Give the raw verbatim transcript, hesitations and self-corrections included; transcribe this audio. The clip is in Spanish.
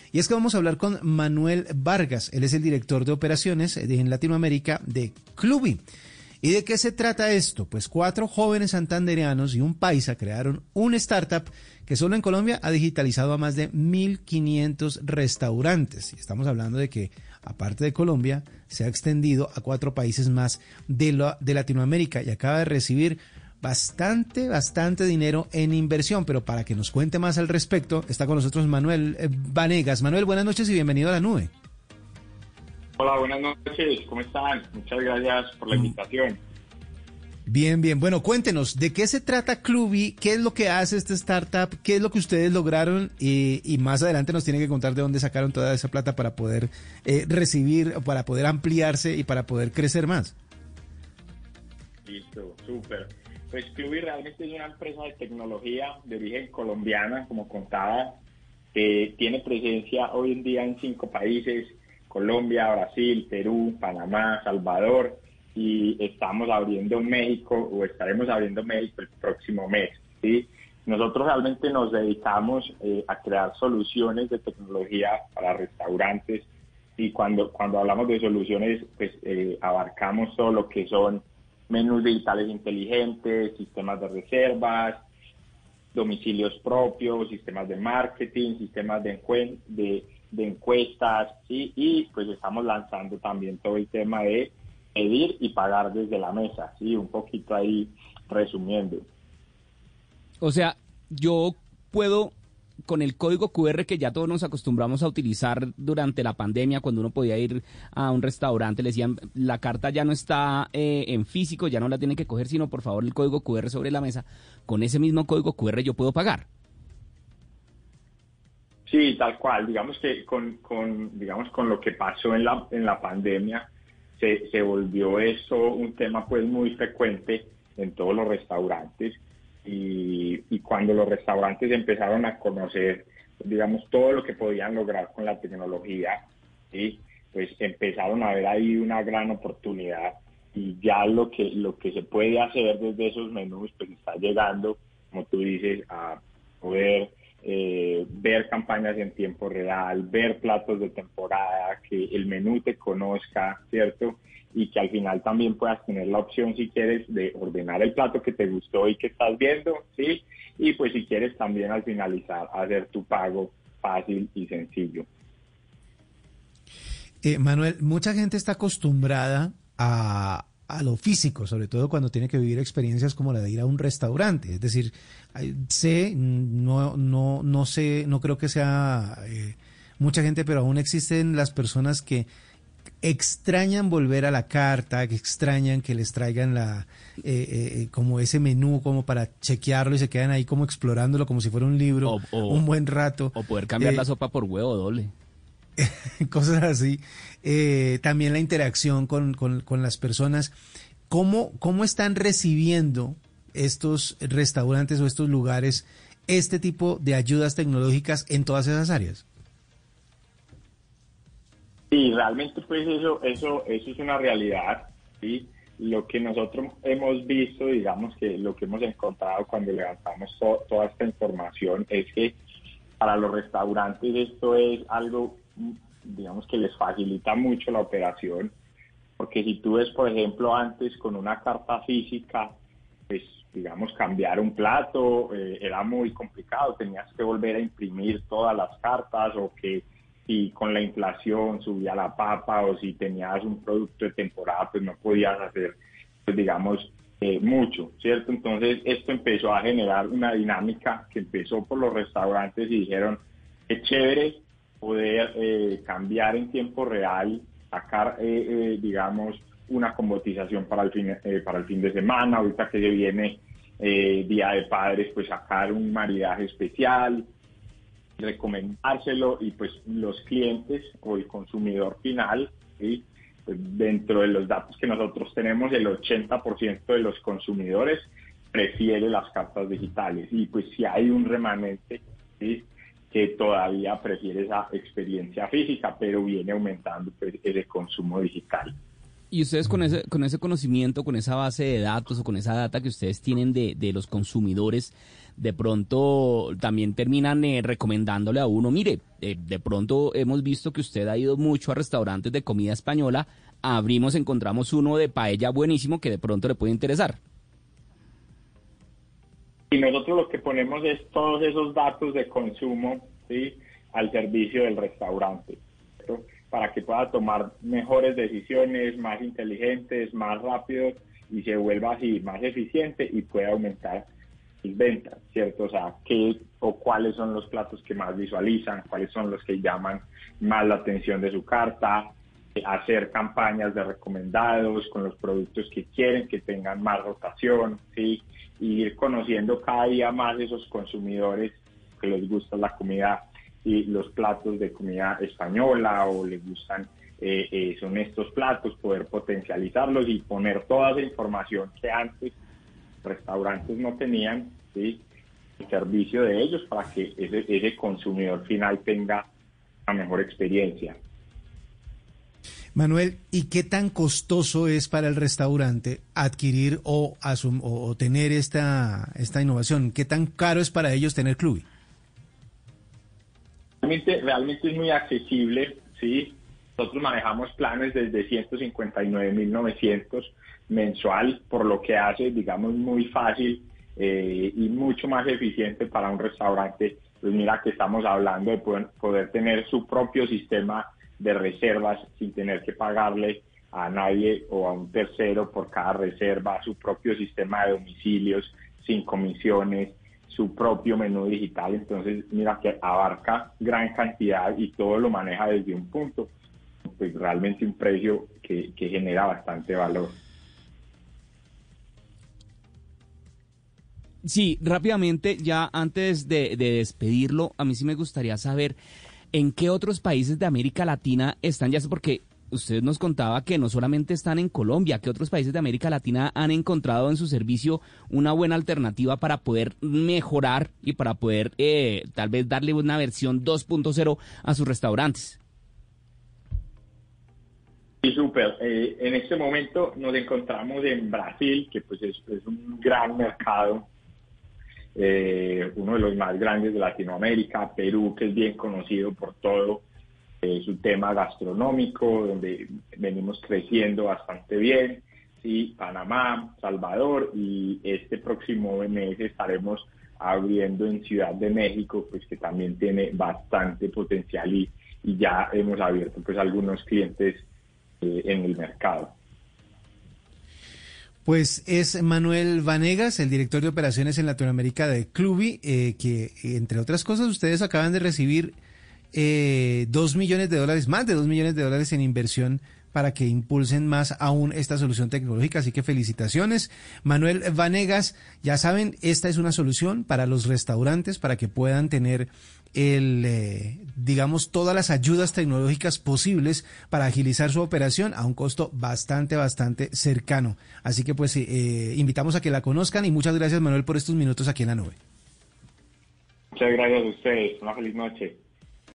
Y es que vamos a hablar con Manuel Vargas. Él es el director de operaciones en Latinoamérica de Clubi. ¿Y de qué se trata esto? Pues cuatro jóvenes santandereanos y un paisa crearon un startup que solo en Colombia ha digitalizado a más de mil quinientos restaurantes. Y estamos hablando de que, aparte de Colombia, se ha extendido a cuatro países más de, lo, de Latinoamérica y acaba de recibir bastante, bastante dinero en inversión. Pero para que nos cuente más al respecto, está con nosotros Manuel eh, Vanegas. Manuel, buenas noches y bienvenido a La Nube. Hola, buenas noches, ¿cómo están? Muchas gracias por la invitación. Bien, bien. Bueno, cuéntenos, ¿de qué se trata Clubi? ¿Qué es lo que hace esta startup? ¿Qué es lo que ustedes lograron? Y, y más adelante nos tienen que contar de dónde sacaron toda esa plata para poder eh, recibir, para poder ampliarse y para poder crecer más. Listo, súper. Pues Clubi realmente es una empresa de tecnología de origen colombiana, como contaba, que tiene presencia hoy en día en cinco países: Colombia, Brasil, Perú, Panamá, Salvador, y estamos abriendo México, o estaremos abriendo México el próximo mes, ¿sí? Nosotros realmente nos dedicamos eh, a crear soluciones de tecnología para restaurantes, y cuando, cuando hablamos de soluciones, pues eh, abarcamos todo lo que son menús digitales inteligentes, sistemas de reservas, domicilios propios, sistemas de marketing, sistemas de, encuen- de, de encuestas, ¿sí? Y pues estamos lanzando también todo el tema de pedir y pagar desde la mesa, ¿sí? Un poquito ahí resumiendo. O sea, yo puedo, con el código cu erre que ya todos nos acostumbramos a utilizar durante la pandemia, cuando uno podía ir a un restaurante, le decían, la carta ya no está eh, en físico, ya no la tienen que coger, sino por favor el código cu erre sobre la mesa. Con ese mismo código cu erre yo puedo pagar. Sí, tal cual. Digamos que con, con, digamos, con lo que pasó en la, en la pandemia, se, se volvió eso un tema pues muy frecuente en todos los restaurantes. Y, y cuando los restaurantes empezaron a conocer, digamos, todo lo que podían lograr con la tecnología, ¿sí? Pues empezaron a ver ahí una gran oportunidad, y ya lo que lo que se puede hacer desde esos menús pues está llegando, como tú dices, a poder eh, ver campañas en tiempo real, ver platos de temporada, que el menú te conozca, ¿cierto? Y que al final también puedas tener la opción, si quieres, de ordenar el plato que te gustó y que estás viendo, ¿sí? Y pues si quieres también al finalizar hacer tu pago fácil y sencillo. Eh, Manuel, mucha gente está acostumbrada a, a lo físico, sobre todo cuando tiene que vivir experiencias como la de ir a un restaurante. Es decir, hay- sé, no, no, no sé, no creo que sea eh, mucha gente, pero aún existen las personas que extrañan volver a la carta, que extrañan que les traigan la eh, eh, como ese menú como para chequearlo, y se quedan ahí como explorándolo como si fuera un libro O, o, un buen rato. o poder cambiar Eh, la sopa por huevo doble. cosas así. Eh, también la interacción con, con, con las personas. ¿Cómo, ¿Cómo están recibiendo estos restaurantes o estos lugares este tipo de ayudas tecnológicas en todas esas áreas? Sí, realmente pues eso, eso, eso es una realidad, ¿sí? Lo que nosotros hemos visto, digamos que lo que hemos encontrado cuando levantamos to- toda esta información, es que para los restaurantes esto es algo, digamos, que les facilita mucho la operación, porque si tú ves, por ejemplo, antes con una carta física, pues digamos cambiar un plato eh, era muy complicado, tenías que volver a imprimir todas las cartas, o que si con la inflación subía la papa, o si tenías un producto de temporada, pues no podías hacer, pues digamos, eh, mucho, ¿cierto? Entonces esto empezó a generar una dinámica que empezó por los restaurantes, y dijeron, es chévere poder eh, cambiar en tiempo real, sacar, eh, eh, digamos, una cotización para el fin, eh, para el fin de semana, ahorita que se viene eh, Día de Padres, pues sacar un maridaje especial, recomendárselo, y pues los clientes o el consumidor final, ¿sí? Pues dentro de los datos que nosotros tenemos, el ochenta por ciento de los consumidores prefiere las cartas digitales, y pues si hay un remanente, ¿sí?, que todavía prefiere esa experiencia física, pero viene aumentando pues ese consumo digital. Y ustedes con ese, con ese conocimiento, con esa base de datos o con esa data que ustedes tienen de, de los consumidores, de pronto también terminan eh, recomendándole a uno, mire, eh, de pronto hemos visto que usted ha ido mucho a restaurantes de comida española, abrimos, encontramos uno de paella buenísimo que de pronto le puede interesar. Y nosotros lo que ponemos es todos esos datos de consumo, ¿sí?, al servicio del restaurante, ¿cierto?, para que pueda tomar mejores decisiones, más inteligentes, más rápidos, y se vuelva así más eficiente y pueda aumentar sus ventas, ¿cierto? O sea, qué o cuáles son los platos que más visualizan, cuáles son los que llaman más la atención de su carta, eh, hacer campañas de recomendados con los productos que quieren que tengan más rotación, ¿sí? Y ir conociendo cada día más esos consumidores que les gusta la comida y los platos de comida española o les gustan eh, eh, son estos platos, poder potencializarlos y poner toda esa información que antes restaurantes no tenían, ¿sí?, el servicio de ellos para que ese, ese consumidor final tenga una mejor experiencia. Manuel, ¿y qué tan costoso es para el restaurante adquirir o, asum o, o tener esta, esta innovación? ¿Qué tan caro es para ellos tener Clubby? Realmente, realmente es muy accesible, ¿sí? Nosotros manejamos planes desde ciento cincuenta y nueve mil novecientos mensual, por lo que hace, digamos, muy fácil eh, y mucho más eficiente para un restaurante. Pues mira que estamos hablando de poder, poder tener su propio sistema de reservas sin tener que pagarle a nadie o a un tercero por cada reserva, su propio sistema de domicilios sin comisiones, su propio menú digital. Entonces mira que abarca gran cantidad y todo lo maneja desde un punto, pues realmente un precio que, que genera bastante valor. Sí, rápidamente, ya antes de, de despedirlo, a mí sí me gustaría saber en qué otros países de América Latina están, ya sé, porque usted nos contaba que no solamente están en Colombia, que otros países de América Latina han encontrado en su servicio una buena alternativa para poder mejorar y para poder eh, tal vez darle una versión dos punto cero a sus restaurantes. Sí, súper. Eh, en este momento nos encontramos en Brasil, que pues es, es un gran mercado, eh, uno de los más grandes de Latinoamérica. Perú, que es bien conocido por todo eh, su tema gastronómico, donde venimos creciendo bastante bien. Sí, Panamá, Salvador, y este próximo mes estaremos abriendo en Ciudad de México, pues que también tiene bastante potencial y, y ya hemos abierto pues algunos clientes eh, en el mercado. Pues es Manuel Vanegas, el director de operaciones en Latinoamérica de Clubby, eh, que entre otras cosas ustedes acaban de recibir eh, dos millones de dólares, más de dos millones de dólares en inversión para que impulsen más aún esta solución tecnológica. Así que felicitaciones, Manuel Vanegas. Ya saben, esta es una solución para los restaurantes, para que puedan tener el, eh, digamos, todas las ayudas tecnológicas posibles para agilizar su operación a un costo bastante, bastante cercano. Así que pues eh, invitamos a que la conozcan y muchas gracias, Manuel, por estos minutos aquí en la nube. Muchas gracias a ustedes. Una feliz noche.